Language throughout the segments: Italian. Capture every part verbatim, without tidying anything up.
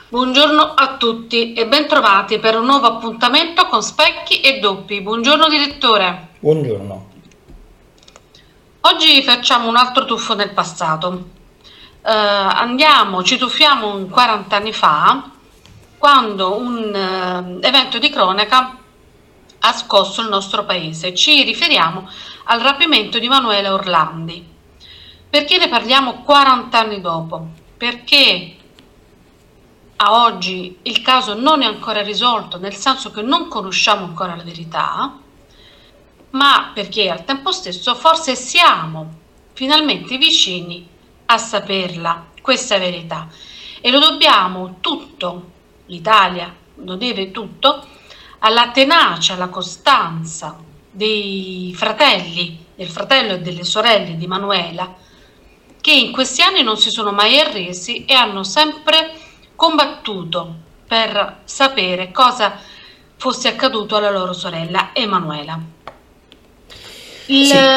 Buongiorno a tutti e bentrovati per un nuovo appuntamento con Specchi e Doppi. Buongiorno direttore. Buongiorno. Oggi facciamo un altro tuffo nel passato. Eh, andiamo, ci tuffiamo quaranta anni fa, quando un eh, evento di cronaca ha scosso il nostro paese. Ci riferiamo al rapimento di Manuela Orlandi. Perché ne parliamo quaranta anni dopo? Perché a oggi il caso non è ancora risolto, nel senso che non conosciamo ancora la verità, ma perché al tempo stesso forse siamo finalmente vicini a saperla, questa verità. E lo dobbiamo tutto, l'Italia lo deve tutto, alla tenacia, alla costanza dei fratelli, del fratello e delle sorelle di Manuela, che in questi anni non si sono mai arresi e hanno sempre combattuto per sapere cosa fosse accaduto alla loro sorella Emanuela. Il, Sì.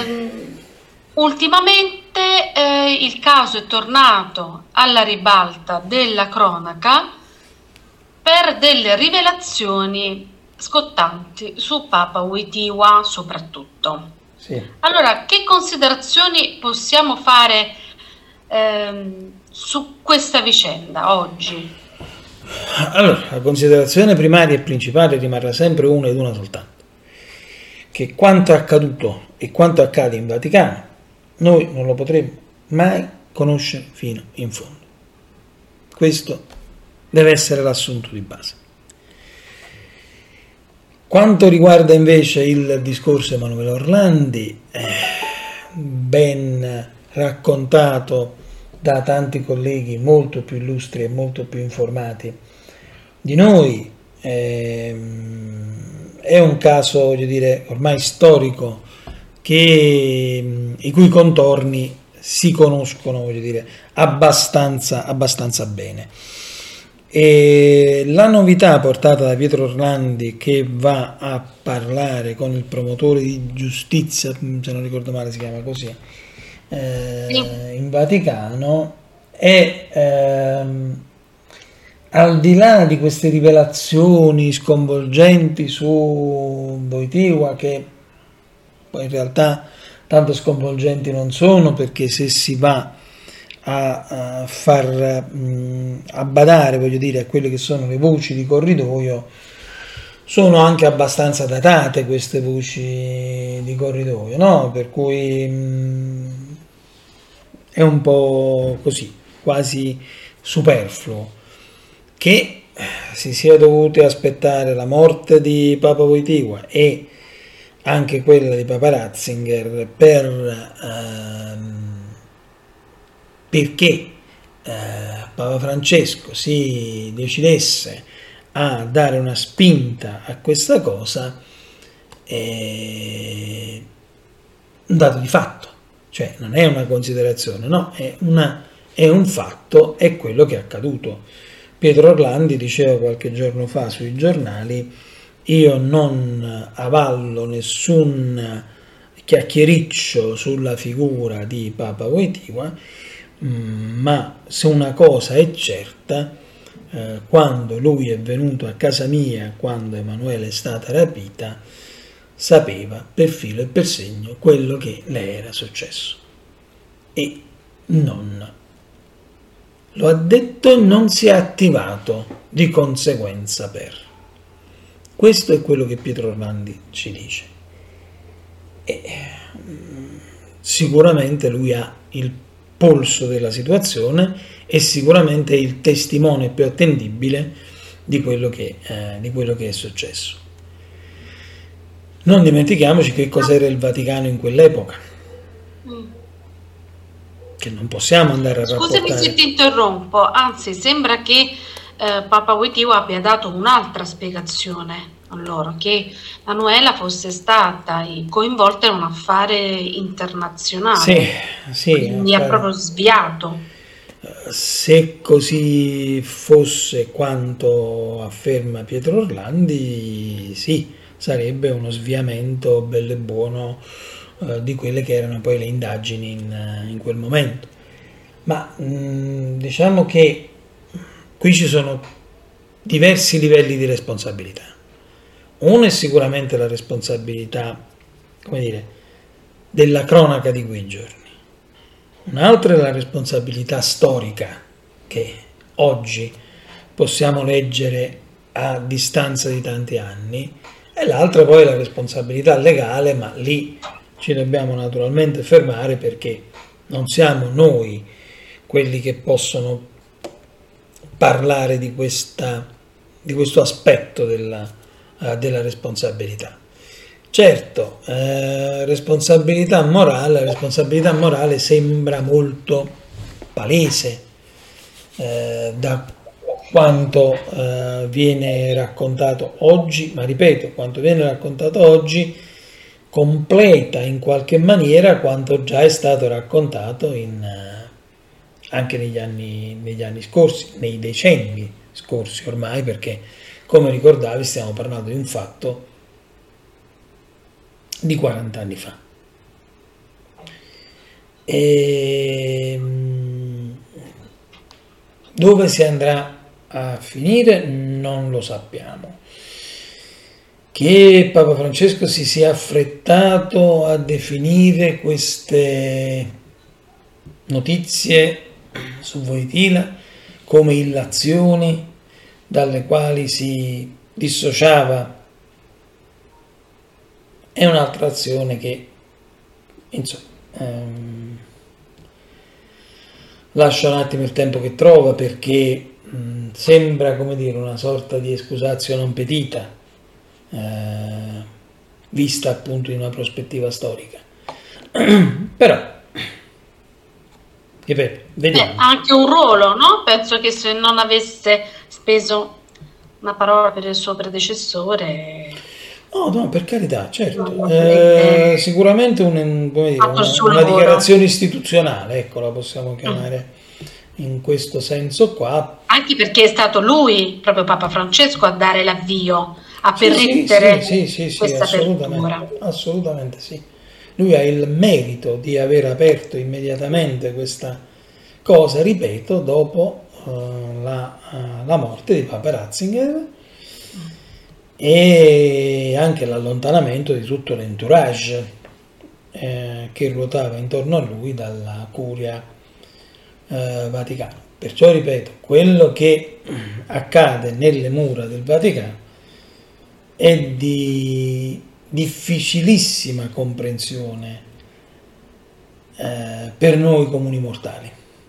Ultimamente eh, il caso è tornato alla ribalta della cronaca per delle rivelazioni scottanti su Papa Wojtyła soprattutto. Sì. Allora, che considerazioni possiamo fare ehm, su questa vicenda oggi? Allora, la considerazione primaria e principale rimarrà sempre una ed una soltanto: che quanto è accaduto e quanto accade in Vaticano noi non lo potremo mai conoscere fino in fondo. Questo deve essere l'assunto di base. Quanto riguarda invece il discorso di Emanuela Orlandi, eh, ben raccontato da tanti colleghi molto più illustri e molto più informati di noi, ehm, è un caso, voglio dire, ormai storico, che, i cui contorni si conoscono, voglio dire, abbastanza, abbastanza bene. E la novità portata da Pietro Orlandi, che va a parlare con il promotore di giustizia, se non ricordo male si chiama così, eh, Sì. in Vaticano, è ehm, al di là di queste rivelazioni sconvolgenti su Wojtyła, che poi in realtà tanto sconvolgenti non sono, perché se si va a, a far mh, a badare, voglio dire, a quelle che sono le voci di corridoio, sono anche abbastanza datate queste voci di corridoio, no? Per cui mh, è un po' così, quasi superfluo che si sia dovuti aspettare la morte di Papa Wojtyła e anche quella di Papa Ratzinger per ehm, perché eh, Papa Francesco si decidesse a dare una spinta a questa cosa, è un dato di fatto, cioè non è una considerazione, no, è, una, è un fatto, è quello che è accaduto. Pietro Orlandi diceva qualche giorno fa sui giornali: io non avallo nessun chiacchiericcio sulla figura di Papa Wojtyła, ma se una cosa è certa, eh, quando lui è venuto a casa mia, quando Emanuela è stata rapita, sapeva per filo e per segno quello che le era successo. E non lo ha detto e non si è attivato di conseguenza per. Questo è quello che Pietro Orlandi ci dice. E sicuramente lui ha il polso della situazione e sicuramente è il testimone più attendibile di quello che, eh, di quello che è successo. Non dimentichiamoci che cos'era il Vaticano in quell'epoca, Mm. che non possiamo andare a Scusami rapportare. se ti interrompo, anzi sembra che eh, Papa Wojtyła abbia dato un'altra spiegazione a loro, che Manuela fosse stata coinvolta in un affare internazionale, Sì, sì, quindi ha affare- proprio sviato. Se così fosse quanto afferma Pietro Orlandi, sì, sarebbe uno sviamento bello e buono eh, di quelle che erano poi le indagini in, in quel momento. Ma mh, diciamo che qui ci sono diversi livelli di responsabilità. Uno è sicuramente la responsabilità, come dire, della cronaca di quei giorni. Un'altra è la responsabilità storica che oggi possiamo leggere a distanza di tanti anni, e l'altra poi è la responsabilità legale, ma lì ci dobbiamo naturalmente fermare perché non siamo noi quelli che possono parlare di, questa, di questo aspetto della, uh, della responsabilità. Certo, eh, responsabilità morale, la responsabilità morale sembra molto palese eh, da quanto eh, viene raccontato oggi, ma ripeto, quanto viene raccontato oggi completa in qualche maniera quanto già è stato raccontato in, eh, anche negli anni, negli anni scorsi, nei decenni scorsi ormai, perché come ricordavi stiamo parlando di un fatto di quaranta anni fa. E dove si andrà a finire non lo sappiamo. Che Papa Francesco si sia affrettato a definire queste notizie su Wojtyla come illazioni dalle quali si dissociava è un'altra azione che, insomma, ehm, lascia un attimo il tempo che trova, perché mh, sembra, come dire, una sorta di excusatio non petita, eh, vista appunto in una prospettiva storica. Però, ripeto, vediamo. Eh, anche un ruolo, no? Penso che se non avesse speso una parola per il suo predecessore... No, no, per carità, certo. Eh, sicuramente un, come dire, una, una dichiarazione istituzionale, ecco, la possiamo chiamare in questo senso qua. Anche perché è stato lui, proprio Papa Francesco, a dare l'avvio, a permettere sì, sì, sì, sì, questa sì, assolutamente, apertura. assolutamente sì. Lui ha il merito di aver aperto immediatamente questa cosa, ripeto, dopo uh, la, uh, la morte di Papa Ratzinger e anche l'allontanamento di tutto l'entourage eh, che ruotava intorno a lui dalla curia eh, vaticana. Perciò ripeto, quello che accade nelle mura del Vaticano è di difficilissima comprensione eh, per noi comuni mortali,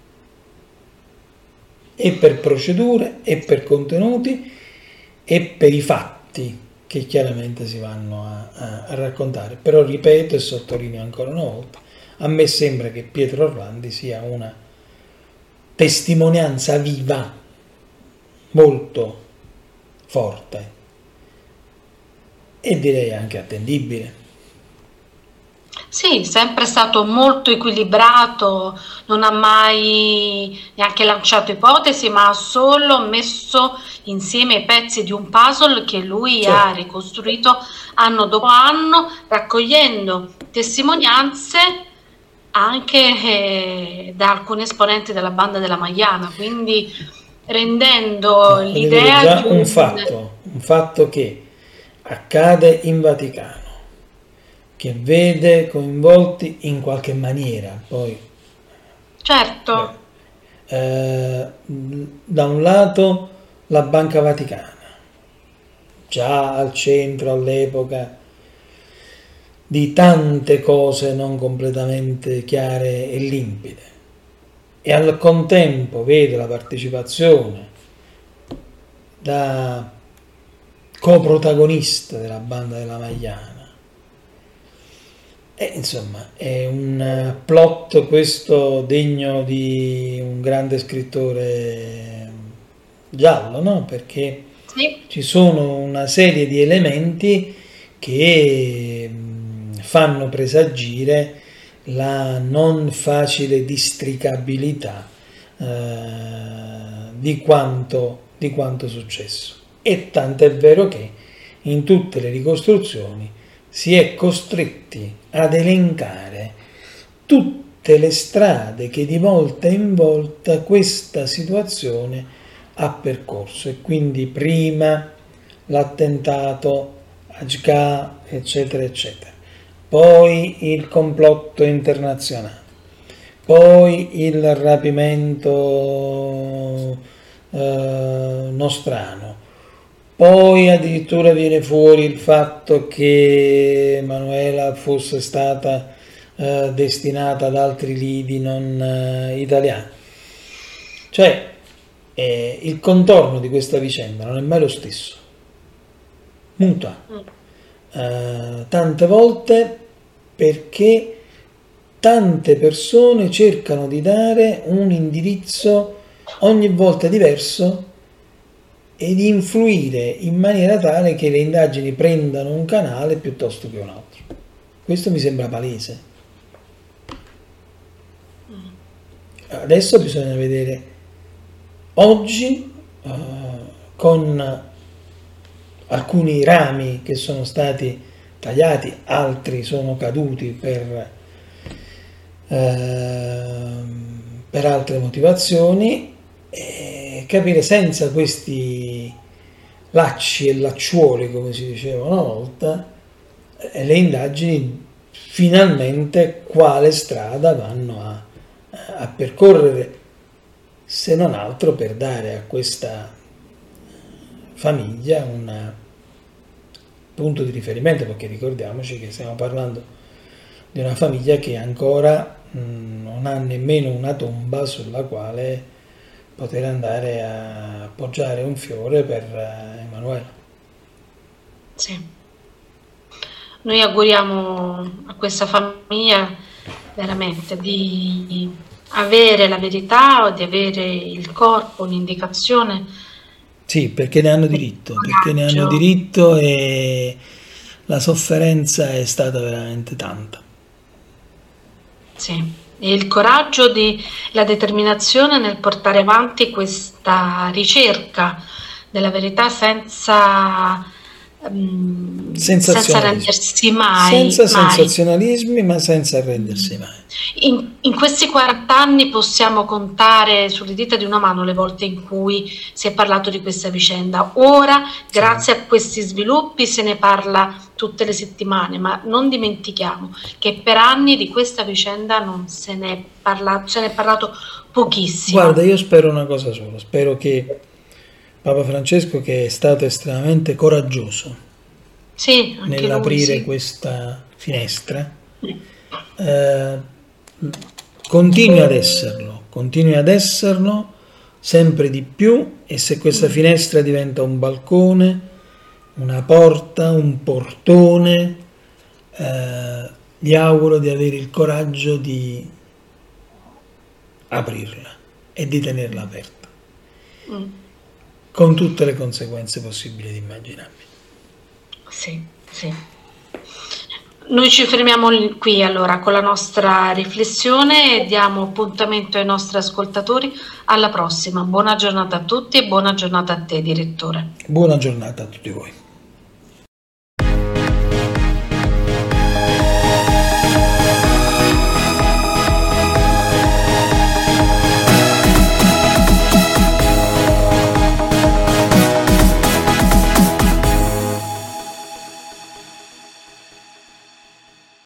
e per procedure, e per contenuti, e per i fatti che chiaramente si vanno a, a, a raccontare. Però ripeto e sottolineo ancora una volta, a me sembra che Pietro Orlandi sia una testimonianza viva, molto forte e direi anche attendibile. Sì, sempre stato molto equilibrato, non ha mai neanche lanciato ipotesi, ma ha solo messo insieme i pezzi di un puzzle che lui certo. ha ricostruito anno dopo anno, raccogliendo testimonianze anche eh, da alcuni esponenti della banda della Magliana, quindi rendendo no, l'idea già di un... un fatto, un fatto che accade in Vaticano, che vede coinvolti in qualche maniera, poi certo beh, eh, da un lato la Banca Vaticana, già al centro all'epoca di tante cose non completamente chiare e limpide, e al contempo vede la partecipazione da coprotagonista della banda della Magliana. E insomma è un plot questo degno di un grande scrittore giallo, no? Perché sì. ci sono una serie di elementi che fanno presagire la non facile districabilità eh, di quanto, di quanto successo. E tant'è vero che in tutte le ricostruzioni si è costretti ad elencare tutte le strade che di volta in volta questa situazione ha percorso, e quindi prima l'attentato, Ajqa, eccetera, eccetera, poi il complotto internazionale, poi il rapimento eh, nostrano, poi addirittura viene fuori il fatto che Emanuela fosse stata eh, destinata ad altri lidi non eh, italiani. Cioè, eh, il contorno di questa vicenda non è mai lo stesso. Muta. Eh, tante volte, perché tante persone cercano di dare un indirizzo ogni volta diverso e di influire in maniera tale che le indagini prendano un canale piuttosto che un altro. Questo mi sembra palese. Adesso bisogna vedere oggi eh, con alcuni rami che sono stati tagliati, altri sono caduti per, eh, per altre motivazioni, e capire senza questi lacci e lacciuoli, come si diceva una volta, eh, le indagini finalmente quale strada vanno a, a percorrere, se non altro per dare a questa famiglia un punto di riferimento, perché ricordiamoci che stiamo parlando di una famiglia che ancora mh, non ha nemmeno una tomba sulla quale poter andare a appoggiare un fiore per uh, Emanuela. Sì. Noi auguriamo a questa famiglia veramente di avere la verità o di avere il corpo, un'indicazione. Sì, perché ne hanno diritto, perché ne hanno diritto, e la sofferenza è stata veramente tanta. Sì, e il coraggio, di, la determinazione nel portare avanti questa ricerca della verità senza, um, senza rendersi mai. Senza mai. sensazionalismi, ma senza arrendersi mai. In, in questi quaranta anni possiamo contare sulle dita di una mano le volte in cui si è parlato di questa vicenda. Ora, grazie a questi sviluppi, se ne parla tutte le settimane, ma non dimentichiamo che per anni di questa vicenda non se ne è parlato, se ne è parlato pochissimo. Guarda, io spero una cosa sola, spero che Papa Francesco, che è stato estremamente coraggioso sì, nell'aprire lui, sì. questa finestra, eh, continui ad esserlo, continui ad esserlo sempre di più, e se questa finestra diventa un balcone, una porta, un portone, eh, gli auguro di avere il coraggio di aprirla e di tenerla aperta, mm. con tutte le conseguenze possibili ed immaginabili. Sì, sì. Noi ci fermiamo qui allora con la nostra riflessione e diamo appuntamento ai nostri ascoltatori alla prossima. Buona giornata a tutti e buona giornata a te, direttore. Buona giornata a tutti voi.